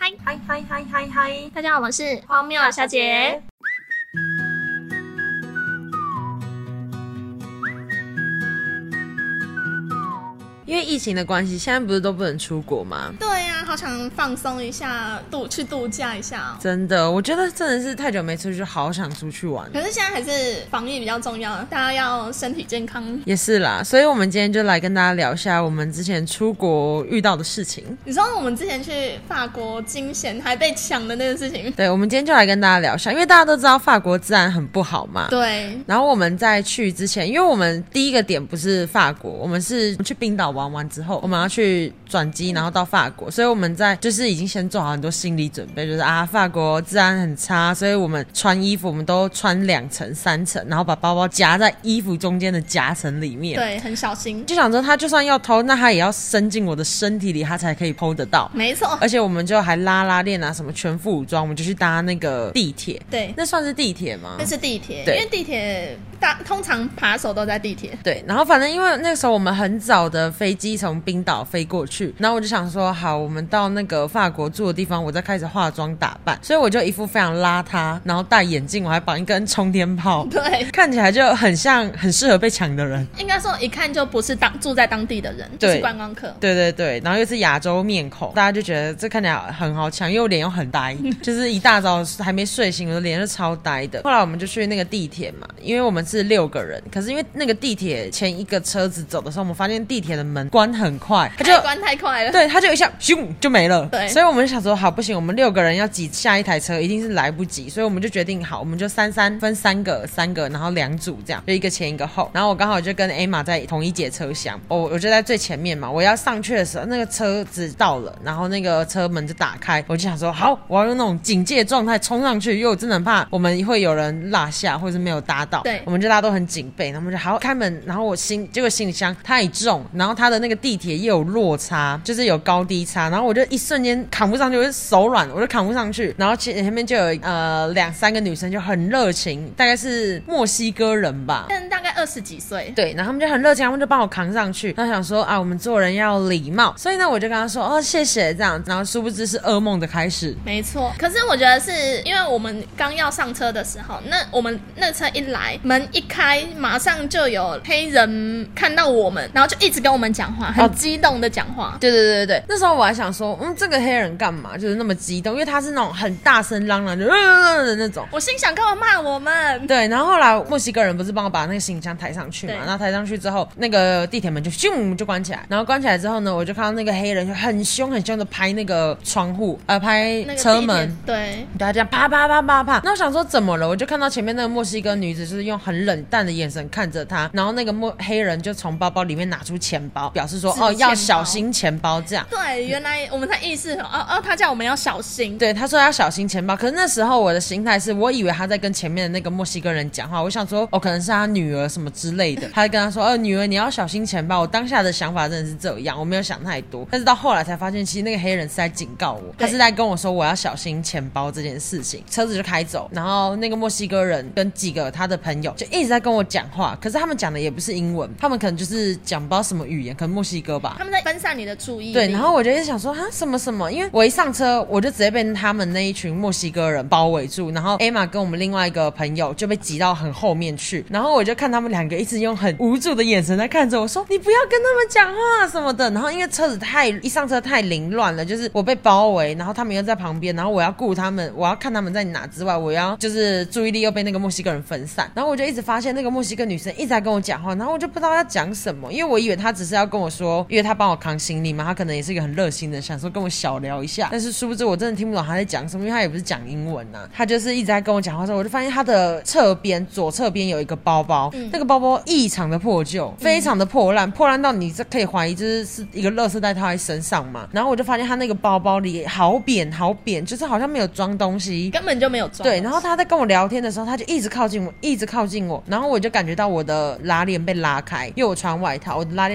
嗨嗨嗨嗨嗨嗨！ 大家好，我是荒谬小姐。 因为疫情的关系，现在不是都不能出国吗？ 对呀，好想放松一下，去度假一下。 真的，我觉得真的是太久没出去，就好想出去玩。 可是现在还是防疫比较重要，大家要身体健康。 也是啦，所以我们今天就来跟大家聊一下我们之前出国遇到的事情。 你说我们之前去法国惊险还被抢的那个事情？ 对，我们今天就来跟大家聊一下，因为大家都知道法国治安很不好嘛。 对。 然后我们在去之前，因为我们第一个点不是法国，我们是去冰岛玩完之后，我们要去转机，然后到法国，所以我们在就是已经先做好很多心理准备，就是法国治安很差，所以我们穿衣服我们都穿2层3层，然后把包包夹在衣服中间的夹层里面。 对，很小心， 就想说他就算要偷，那他也要伸进我的身体里，他才可以偷得到。 没错。 而且我们就还拉链啊，什么全副武装，我们就去搭那个地铁。 对， 那算是地铁吗？ 那是地铁，因为地铁通常扒手都在地铁。 对，然后反正因为那个时候我们很早的飞机从冰岛飞过去，然后我就想说好，我们到那个法国住的地方，我再开始化妆打扮，所以我就一副非常邋遢，然后戴眼镜，我还绑一根冲天炮， 对， 看起来就很像很适合被抢的人。 应该说一看就不是住在当地的人，就是观光客。 对对对，然后又是亚洲面孔，大家就觉得这看起来很好抢，因为我脸又很呆，就是一大早还没睡醒，我的脸就超呆的。后来我们就去那个地铁嘛，因为我们是6个人，可是因为那个地铁前一个车子走的时候，我们发现地铁的门关很快，它就关太快了， 对，它就一下咻就没了。 对， 所以我们就想说好不行，我们6个人要挤下一台车一定是来不及，所以我们就决定好，我们就分3个，然后2组这样，就一个前一个后。然后我刚好就跟 Emma 在同一节车厢，我就在最前面嘛，我要上去的时候，那个车子到了，然后那个车门就打开，我就想说好，我要用那种警戒状态冲上去，因为我真的很怕我们会有人落下或者是没有搭到。 对， 我们就大家都很警备，然后我们就好开门，然后结果行李箱太重，然后它的那个地铁也有落差，就是有高低差，然后我就一瞬间扛不上去，我就手软，我就扛不上去，然后前面就有2-3个女生就很热情，大概是墨西哥人吧， 但大概20几岁。 对，然后他们就很热情，他们就帮我扛上去，然后想说我们做人要礼貌，所以呢我就跟他说谢谢这样，然后殊不知是噩梦的开始。 没错，可是我觉得是因为我们刚要上车的时候，那我们那车一来，门一开，马上就有黑人看到我们，然后就一直跟我们讲话，很激动的讲话。 对对对对对，那时候我还想说这个黑人干嘛就是那么激动，因为他是那种很大声嚷嚷就的那种， 我心想干嘛骂我们。 对，然后后来墨西哥人不是帮我把那个行李箱抬上去嘛，然后抬上去之后那个地铁门就咻就关起来，然后关起来之后呢，我就看到那个黑人就很凶的拍那个窗户拍车门， 对， 他这样啪啪啪啪啪，那我想说怎么了，我就看到前面那个墨西哥女子就是用很冷淡的眼神看着他，然后那个黑人就从包包里面拿出钱包，表示说要小心钱包这样。 对，原来我们才意识他叫我们要小心。 对，他说要小心钱包，可是那时候我的心态是我以为他在跟前面的那个墨西哥人讲话，我想说可能是他女儿什么之类的，他就跟他说女儿你要小心钱包。我当下的想法真的是这样，我没有想太多，但是到后来才发现其实那个黑人是在警告我，他是在跟我说我要小心钱包这件事情。车子就开走，然后那个墨西哥人跟几个他的朋友就一直在跟我讲话，可是他们讲的也不是英文，他们可能就是讲不知道什么语言，可能墨西哥吧， 他们在分散你的注意力。 对，然后我就一直想说什么，因为我一上车我就直接被他们那一群墨西哥人包围住，然后 Emma 跟我们另外一个朋友就被挤到很后面去，然后我就看他们2个一直用很无助的眼神在看着我说你不要跟他们讲话什么的，然后因为车子一上车太凌乱了，就是我被包围，然后他们又在旁边，然后我要顾他们，我要看他们在哪之外，我要就是注意力又被那个墨西哥人分散，然后我就一直发现那个墨西哥女生一直在跟我讲话，然后我就不知道要讲什么，因为我以为她只是要跟我说，因为她帮我扛行李嘛，她可能也是一个很热心的，想说跟我小聊一下，但是殊不知我真的听不懂她在讲什么，因为她也不是讲英文啊，她就是一直在跟我讲话的时候，我就发现她的左侧边有一个包包，那个包包异常的破旧，非常的破烂到你可以怀疑就是一个垃圾袋套在身上嘛，然后我就发现她那个包包里好扁，就是好像没有装东西， 根本就没有装。 对，然后她在跟我聊天的时候，她就一直靠近我，然后我就感觉到我的拉链被拉开，因为我穿外套，我的拉链就被拉开，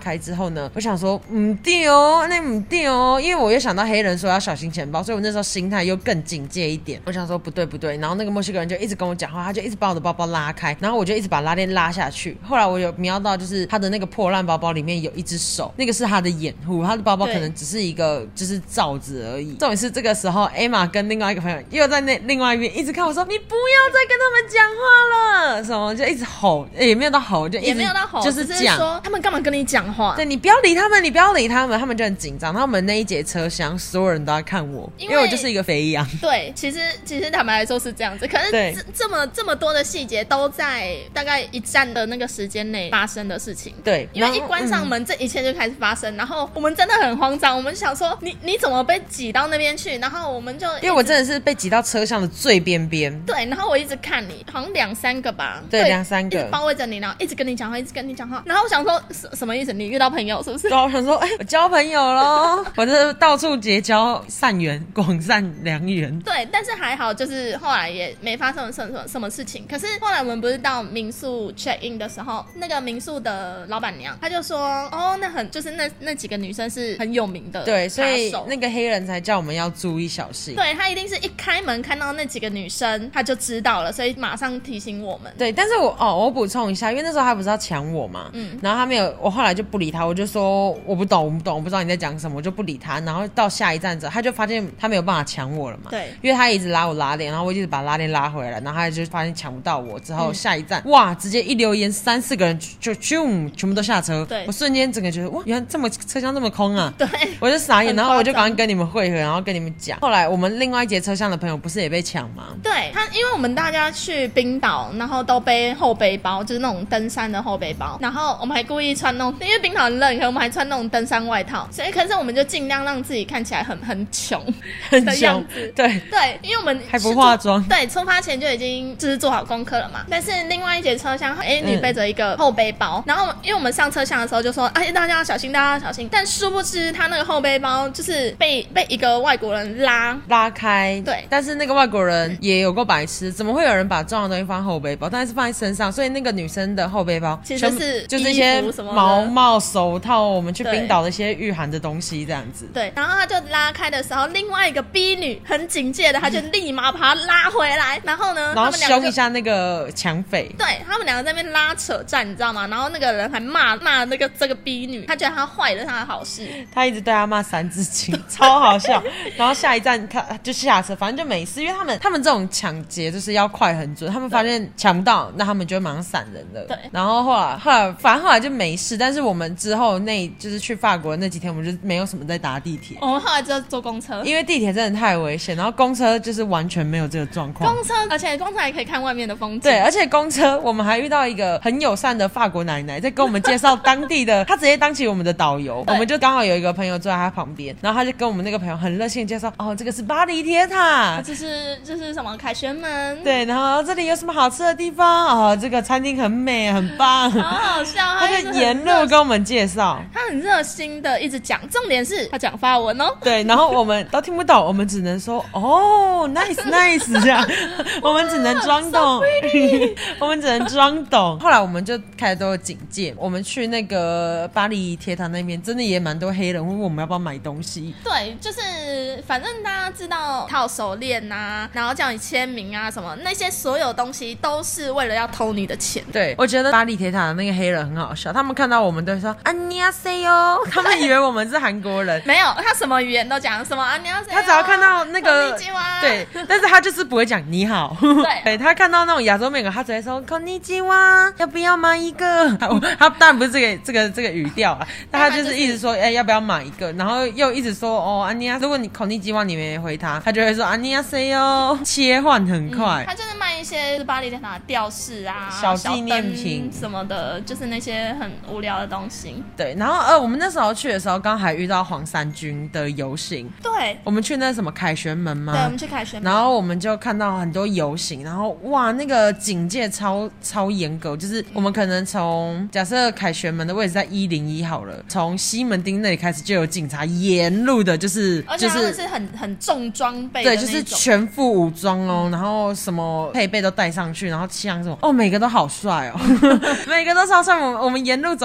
开之后呢，我想说对哦，那对哦，因为我又想到黑人说要小心钱包，所以我那时候心态又更警戒一点。我想说不对，然后那个墨西哥人就一直跟我讲话，他就一直把我的包包拉开，然后我就一直把拉链拉下去。后来我有瞄到，就是他的那个破烂包包里面有一只手，那个是他的掩护，他的包包可能只是一个就是罩子而已。重点是这个时候 Emma 跟另外一个朋友又在那另外一边一直看我说，你不要再跟他们讲话了什么，就一直吼，也没有到吼，就一直也没有到吼， 就是讲说他们干嘛跟你讲话， 对，你不要理他们，你不要理他们，他们就很紧张。然后我们那一节车厢所有人都在看我，因为我就是一个肥羊。 对，其实坦白来说是这样子，可是这么多的细节都在大概一站的那个时间内发生的事情。 对， 因为一关上门，这一切就开始发生，然后我们真的很慌张，我们想说你怎么被挤到那边去，然后我们就因为我真的是被挤到车厢的最边边。 对，然后我一直看你，好像2-3个吧， 对，2-3个一直包围着你，然后一直跟你讲话，然后我想说什么意思？你遇到朋友是不是？ 对，我想说，我交朋友咯，我就是到处结交善缘，广善良缘。 对，但是还好，就是后来也没发生什么事情。可是后来我们不是到民宿 check in 的时候，那个民宿的老板娘她就说，哦，就是那几个女生是很有名的， 对，所以那个黑人才叫我们要注意小心。 对，他一定是一开门看到那几个女生，他就知道了，所以马上提醒我们。 对，但是我补充一下，因为那时候他不是要抢我嘛，然后他没有，我后来就不理他，我就说我不懂，我不知道你在讲什么，我就不理他。然后到下一站之后，他就发现他没有办法抢我了嘛， 对， 因为他一直拉我拉链，然后我一直把拉链拉回来，然后他就发现抢不到我，之后下一站，哇，直接一溜烟3-4个人就全部都下车， 对， 我瞬间整个觉得哇，原来车厢这么空啊， 对， 我就傻眼，然后我就赶快跟你们会合，然后跟你们讲。后来我们另外一节车厢的朋友不是也被抢吗？ 对，因为我们大家去冰岛，然后都背后背包，就是那种登山的后背包，然后我们还故意穿那种，因为冰岛很冷，可我们还穿那种登山外套，所以可是我们就尽量让自己看起来很穷的样子。 对， 因为我们还不化妆， 对，出发前就已经就是做好功课了嘛。但是另外一节车厢，A 女背着一个后背包，然后因为我们上车厢的时候就说，哎，大家要小心，大家要小心。但殊不知他那个后背包就是被一个外国人拉开，对。 但是那个外国人也有够白痴，怎么会有人把重要的东西放后背包，但是放在身上？所以那个女生的后背包其实是就是一些毛帽、手套，我们去冰岛的一些御寒的东西这样子。 对，然后他就拉开的时候，另外一个 B 女很警戒的，他就立马把他拉回来，然后呢， 然后凶一下那个抢匪。 对，他们两个在那边拉扯战，你知道吗？然后那个人还骂这个 B 女，他觉得他坏了他的好事， 他一直对他骂3字经，超好笑。然后下一站他就下车，反正就没事，因为他们这种抢劫就是要快很准，他们发现抢不到，那他们就会马上闪人了。 对， 然后后来反正后来就没事，但是我们之后就是去法国那几天，我们就没有什么在搭地铁， 我们后来就坐公车， 因为地铁真的太危险，然后公车就是完全没有这个状况。 公车，而且公车还可以看外面的风景。 对，而且公车我们还遇到一个很友善的法国奶奶，在跟我们介绍当地的，她直接当起我们的导游。我们就刚好有一个朋友坐在她旁边，然后她就跟我们那个朋友很热情介绍，哦，这个是巴黎铁塔， 这是什么凯旋门？ 对，然后这里有什么好吃的地方？哦，这个餐厅很美，很棒， 好好笑。 她就沿路跟我们介绍， 她很热心的一直讲，重点是她讲法文哦。 对，然后我们都听不懂，我们只能说哦 ，nice 这样，我们只能装懂，我们只能装懂。后来我们就开始都有警戒，我们去那个巴黎铁塔那边，真的也蛮多黑人会问我们要不要买东西。 对，就是反正大家知道套手链啊，然后叫你签名啊什么，那些所有东西都是为了要偷你的钱。 对，我觉得巴黎铁塔的那个黑人很好笑，他们看到我们都会说안녕하세요，他们以为我们是韩国人。 没有，他什么语言都讲，什么안녕하세요， 他只要看到那个对，但是他就是不会讲你好。对，他看到那种亚洲面孔，他只会说こんにちは，要不要买一个？他当然不是这个语调啊，但他就是一直说要不要买一个，然后又一直说哦안녕，如果你こんにちは你没回他就会说안녕하세요，切换很快。 他就是卖一些巴黎铁塔的吊饰啊、 小纪念品什么的，就是那些很无聊的东西。 对，然后我们那时候去的时候，刚还遇到黄衫军的游行。 对， 我们去那什么凯旋门吗？ 对，我们去凯旋门， 然后我们就看到很多游行，然后哇，那个警戒超严格，就是我们可能从假设凯旋门的位置在101好了，从西门町那里开始就有警察沿路的， 而且他们是很重装备的对，就是全副武装哦，然后什么配备都带上去，然后枪什么，哦，每个都好帅哦，每个都超帅。我们沿路走去凯旋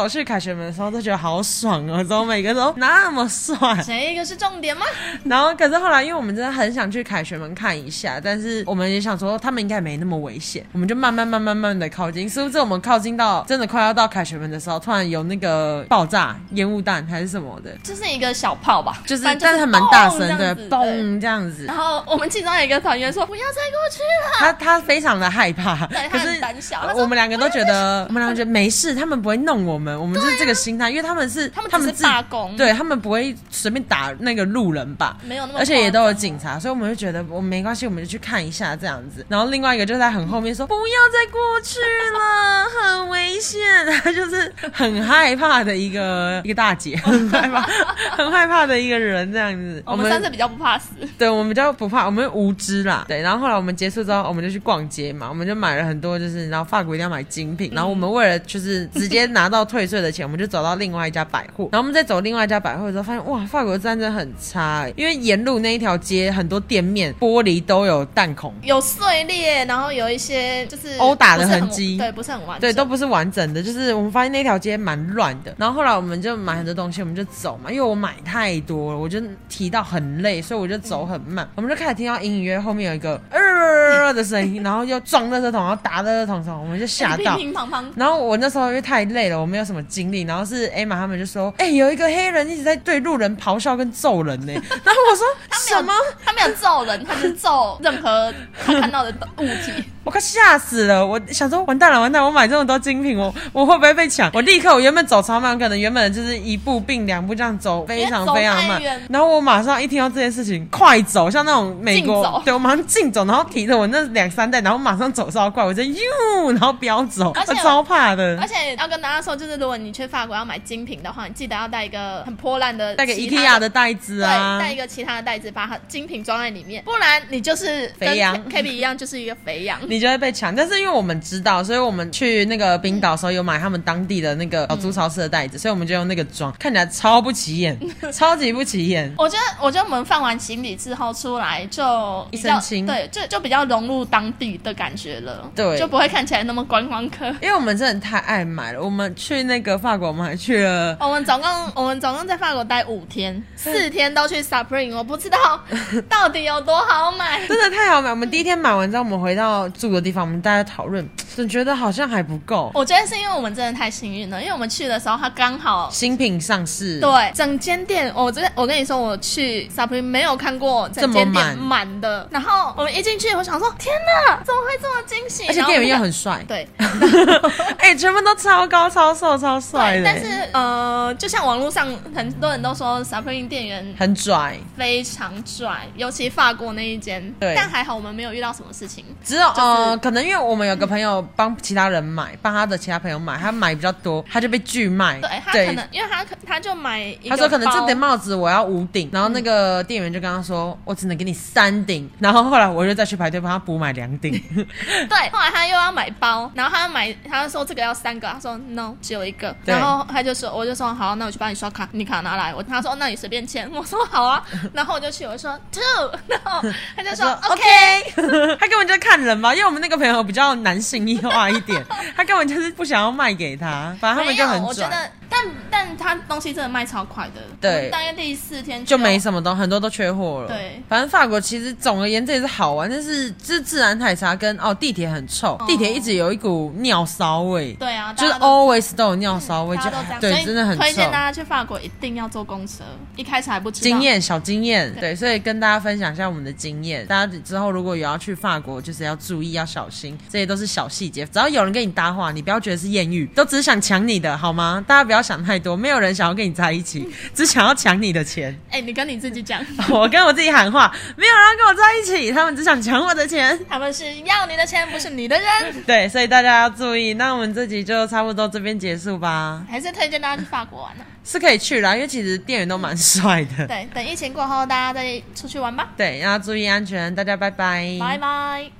旋门的时候都觉得好爽哦，怎么每个都那么帅？ 这个是重点吗？ 然后可是后来因为我们真的很想去凯旋门看一下，但是我们也想说他们应该没那么危险，我们就慢慢的靠近。是不是我们靠近到真的快要到凯旋门的时候，突然有那个爆炸烟雾弹还是什么的， 就是一个小炮吧， 就是但是还蛮大声的， 嘣这样子。 然后我们其中有一个团员说不要再过去了， 他非常的害怕， 对， 可是他很胆小。 我们两个都觉得，我们两个觉得没事，他们不会弄我们，我们就是这个心态，因为他们是他们只是罢工， 对他们不会随便打那个路人吧， 没有那么， 而且也都有警察，所以我们就觉得我们没关系，我们就去看一下这样子。然后另外一个就在很后面说不要再过去了，很危险，他就是很害怕的一个大姐，很害怕的一个人这样子。 我们算是比较不怕死， 对，我们比较不怕，我们无知啦。对，然后后来我们结束之后，我们就去逛街嘛，我们就买了很多，就是然后法国一定要买精品，然后我们为了就是直接拿到退税的钱，我们就走到另外一家百货，然后我们在走另外一家百货的时候，发现哇，法国的战争很差，因为沿路那一条街很多店面玻璃都有弹孔， 有碎裂，然后有一些就是殴打的痕迹， 对，不是很完整， 对，都不是完整的，就是我们发现那条街蛮乱的。然后后来我们就买很多东西，我们就走嘛，因为我买太多了，我就提到很累，所以我就走很慢。我们就开始听到隐隐约后面有一个的声音，然后又撞垃圾桶，然后打垃圾桶上，我们就吓到。 乒乒乓乓。 然后我那时候因为太累了，我没有什么精力，然后是 Emma 他们就说，有一个黑人一直在对路人咆哮跟揍人呢。然后我说什么？ 他没有揍人，他是揍任何他看到的物体。 我快吓死了！我想说完蛋了，我买这么多精品，我会不会被抢？我立刻，我原本走超慢，可能原本就是一步并两步这样走，非常非常慢。然后我马上一听到这件事情，快走，像那种美国，对我马上竞走，然后提着我那2-3袋，然后马上走超快，我就然后飙走，我超怕的。 而且要跟大家说，就是如果你去法国要买精品的话，你记得要带一个很破烂的， 带个 IKEA 的袋子啊， 对，带一个其他的袋子，把它精品装在里面，不然你就是肥羊 ，KB 一样，就是一个肥羊。 你就会被抢。但是因为我们知道，所以我们去那个冰岛的时候有买他们当地的那个小猪超市的袋子，所以我们就用那个装，看起来超不起眼，超级不起眼。 我觉得我们放完行李之后出来就一身轻， 对，就比较融入当地的感觉了， 对， 就不会看起来那么观光客。 因为我们真的太爱买了，我们去那个法国，我们还去了， 我们总共在法国待5天，4天都去 Supreme， 我不知道到底有多好买， 真的太好买。我们第一天买完之后，我们回到住的地方，我们大家讨论，总觉得好像还不够。 我觉得是因为我们真的太幸运了，因为我们去的时候它刚好新品上市， 对，整间店，我跟你说，我去 Supreme 没有看过整间店满的。然后我们一进去，我想说，天哪，怎么会这么惊喜？ 而且店员又很帅， 对， 全部都超高、超瘦、超帅的。 但是就像网络上很多人都说 Supreme 店员很拽， 非常拽，尤其法国那一间。 对， 但还好我们没有遇到什么事情。 只有可能因为我们有个朋友帮其他人买，帮他的其他朋友买，他买比较多，他就被拒卖。 对，他可能因为他就买一个包， 他说可能这顶帽子我要5顶，然后那个店员就跟他说，我只能给你3顶。然后后来我就再去排队帮他补买2顶。 对，后来他又要买包，然后他说这个要3个，他说 no 只有1个，然后我就说好，那我去帮你刷卡，你卡拿来。他说那你随便签，我说好啊，然后我就去，我就说 2，然后他就说 OK， 他根本就看人吧，因为我们那个朋友比较男性化一点，他根本就是不想要卖给他，反正他们就很拽。 我觉得，但他东西真的卖超快的， 对， 大概第4天就没什么东西，很多都缺货了。 对， 反正法国其实总而言之也是好玩，但是治安太差，跟地铁很臭，地铁一直有一股尿骚味。 对啊， 就是 always 都有尿骚味，就对，真的很臭。 推荐大家去法国一定要坐公车，一开始还不知道小经验，对，所以跟大家分享一下我们的经验。大家之后如果有要去法国，就是要注意，要小心，这些都是小细节。只要有人跟你搭话，你不要觉得是艳遇，都只是想抢你的，好吗？大家不要想太多，没有人想要跟你在一起，只想要抢你的钱。 你跟你自己讲， 我跟我自己喊话，没有人要跟我在一起，他们只想抢我的钱， 他们是要你的钱，不是你的人。 对，所以大家要注意。那我们这集就差不多这边结束吧。 还是推荐大家去法国玩呢？ 是可以去啦，因为其实店员都蛮帅的。 对，等疫情过后，大家再出去玩吧。 对，要注意安全，大家拜拜。 拜拜。